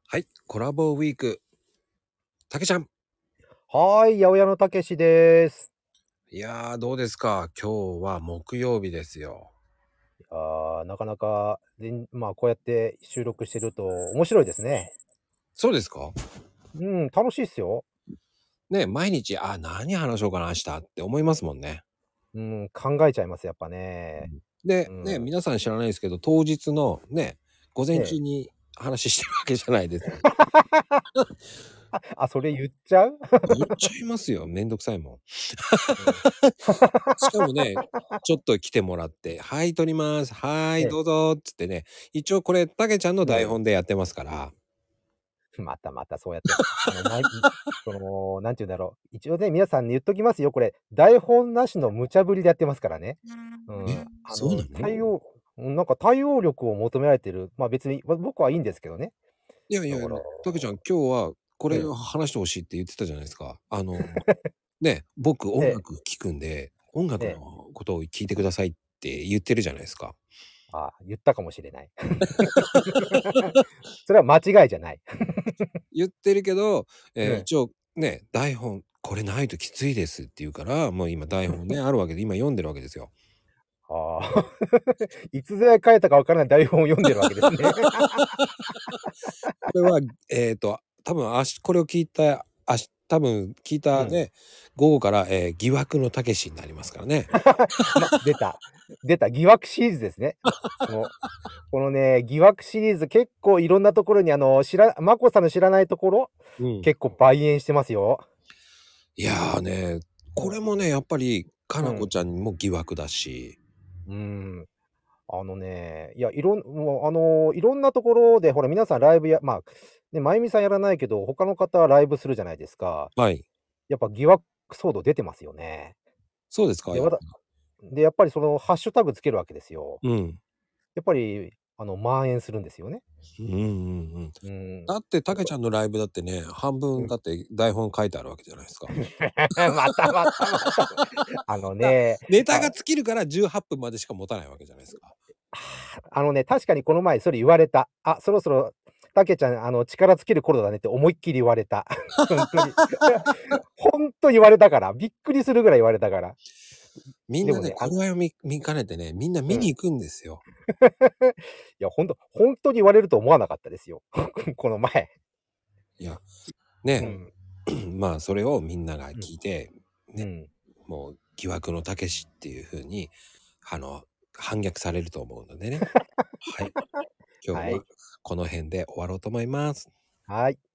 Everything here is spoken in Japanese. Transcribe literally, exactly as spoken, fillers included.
はい、コラボウィーク。たけちゃん。 はーい、八百屋のたけしです。 いやー、どうですか。今日は木曜日ですよ。 あーなかなか、でんまあ、こうやって収録してると面白いですね。 そうですか。 うん、楽しいっすよ。 ね、毎日、あ、何話そうかな、明日って思いますもんね。 うん、考えちゃいます、やっぱね。 うん。で、ね、 うん。 皆さん知らないですけど、当日のね、午前中ええ。 に話してるわけじゃないですか。 あ、それ言っちゃう？ 言っちゃいますよ。めんどくさいもん。 うん。 しかもね、ちょっと来てもらって、はい、撮ります。はい、 ええ。 どうぞっつってね、一応これ、たけちゃんの台うん。 本でやってますから。 またまたそうやって、あの、まいん、その、なんて言うんだろう、一応ね、皆さんに言っときますよ、これ、台本なしの無茶ぶりでやってますからね。うえ、 ん、あの、 そうなの？ 対応うん、なんか対応力を求められてる、ま、別に、わ僕はいいんですけどね。 いやいや、 だからたけちゃん、今日はこれをええ。 話して欲しいって言ってたじゃないですか。あの、ね、僕音ええ。 楽聴くんで、音楽のええ。 ことを聞いてくださいって言ってるじゃないですか。 ああ、言ったかもしれない。それは間違いじゃない。 言ってるけど、え、 うん。 一応ね、台本「これないときついです」って言うから、もう今台本ね、あるわけで、今読んでるわけですよ。 ああ。いつぞや書いたかわからない台本を読んでるわけですね。 これは、えっと、多分あしこれを聞いた、あし多分聞いうん。 たね、午後から、え、疑惑のたけしになりますからね。 ま、出た。出た、疑惑シリーズですね。このこのね、疑惑シリーズ結構いろんなところにあの、しらマコさんの知らないところ、 うん。 結構蔓延してますよ。 いやね、 うん。 これもね、やっぱり、かなこうん。 ちゃんにも疑惑だし。 うーん。あのね、いや、いろんもう、あの、いろんなところでほら皆さんライブやまあ、ね、まゆみさんやらないけど、他の方はライブするじゃないですか。 はい。 やっぱ疑惑騒動出てますよね。 そうですか？ で、わたやっぱ。 で、やっぱりそのハッシュタグつけるわけですよ。 うん。 やっぱり、あの、蔓延するんですよね。 うんうんうん。 うーん。 だってたやっぱけちゃんのライブだってね、半分うん。 だって台本書いてあるわけじゃないですか。 またまたまた。あのだ、 ね、 ネタあが尽きるからじゅうはっぷんまでしか持たないわけじゃないですか。 はあ、あのね、確かにこの前それ言われた。あ、そろそろたけちゃん、あの、力尽きる頃だねって思いっきり言われた。ほんとに。ほんと言われたから、びっくりするぐらい言われたから。 みんなね、 でもね、あん頃合いをみ見兼ねてね、みんなうん。 見に行くんですよ。 いや、ほんとほんとに言われると思わなかったですよ。この前。 いや、ね、 うん。 まあ、それをみんながうん。 聞いて、ね、 うん。 もう疑惑のたけしっていう風に、あの、反逆されると思うのでね。はい。今日ははい。 この辺で終わろうと思います。 はい。